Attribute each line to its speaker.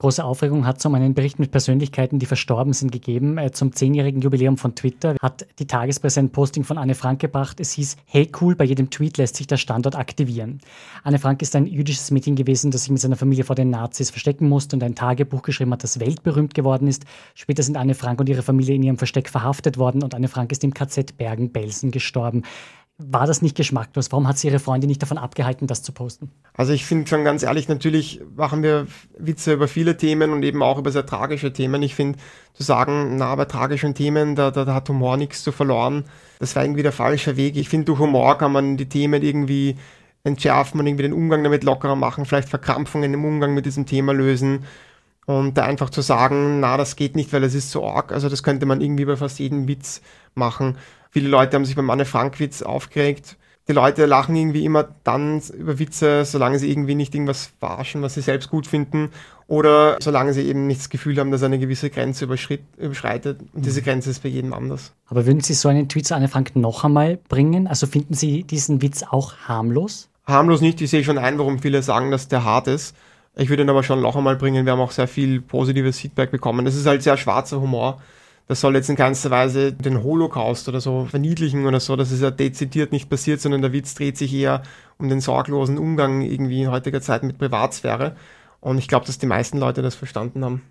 Speaker 1: Große Aufregung hat es um einen Bericht mit Persönlichkeiten, die verstorben sind, gegeben. Zum 10-jährigen Jubiläum von Twitter hat die Tagespresse ein Posting von Anne Frank gebracht. Es hieß: Hey cool, bei jedem Tweet lässt sich der Standort aktivieren. Anne Frank ist ein jüdisches Mädchen gewesen, das sich mit seiner Familie vor den Nazis verstecken musste und ein Tagebuch geschrieben hat, das weltberühmt geworden ist. Später sind Anne Frank und ihre Familie in ihrem Versteck verhaftet worden und Anne Frank ist im KZ Bergen-Belsen gestorben. War das nicht geschmacklos? Warum hat sie ihre Freundin nicht davon abgehalten, das zu posten?
Speaker 2: Also ich finde schon ganz ehrlich, natürlich machen wir Witze über viele Themen und eben auch über sehr tragische Themen. Ich finde, zu sagen, bei tragischen Themen, da hat Humor nichts zu verloren, das war irgendwie der falsche Weg. Ich finde, durch Humor kann man die Themen irgendwie entschärfen und irgendwie den Umgang damit lockerer machen, vielleicht Verkrampfungen im Umgang mit diesem Thema lösen. Und da einfach zu sagen, das geht nicht, weil es ist so arg. Also das könnte man irgendwie bei fast jedem Witz machen. Viele Leute haben sich beim Anne-Frank-Witz aufgeregt. Die Leute lachen irgendwie immer dann über Witze, solange sie irgendwie nicht irgendwas verarschen, was sie selbst gut finden, oder solange sie eben nicht das Gefühl haben, dass eine gewisse Grenze überschreitet. Und diese Grenze ist bei jedem anders.
Speaker 1: Aber würden Sie so einen Tweet zu Anne Frank noch einmal bringen? Also finden Sie diesen Witz auch harmlos?
Speaker 2: Harmlos nicht. Ich sehe schon ein, warum viele sagen, dass der hart ist. Ich würde ihn aber schon noch einmal bringen. Wir haben auch sehr viel positives Feedback bekommen. Das ist halt sehr schwarzer Humor. Das soll jetzt in keinster Weise den Holocaust oder so verniedlichen oder so. Das ist ja dezidiert nicht passiert, sondern der Witz dreht sich eher um den sorglosen Umgang irgendwie in heutiger Zeit mit Privatsphäre. Und ich glaube, dass die meisten Leute das verstanden haben.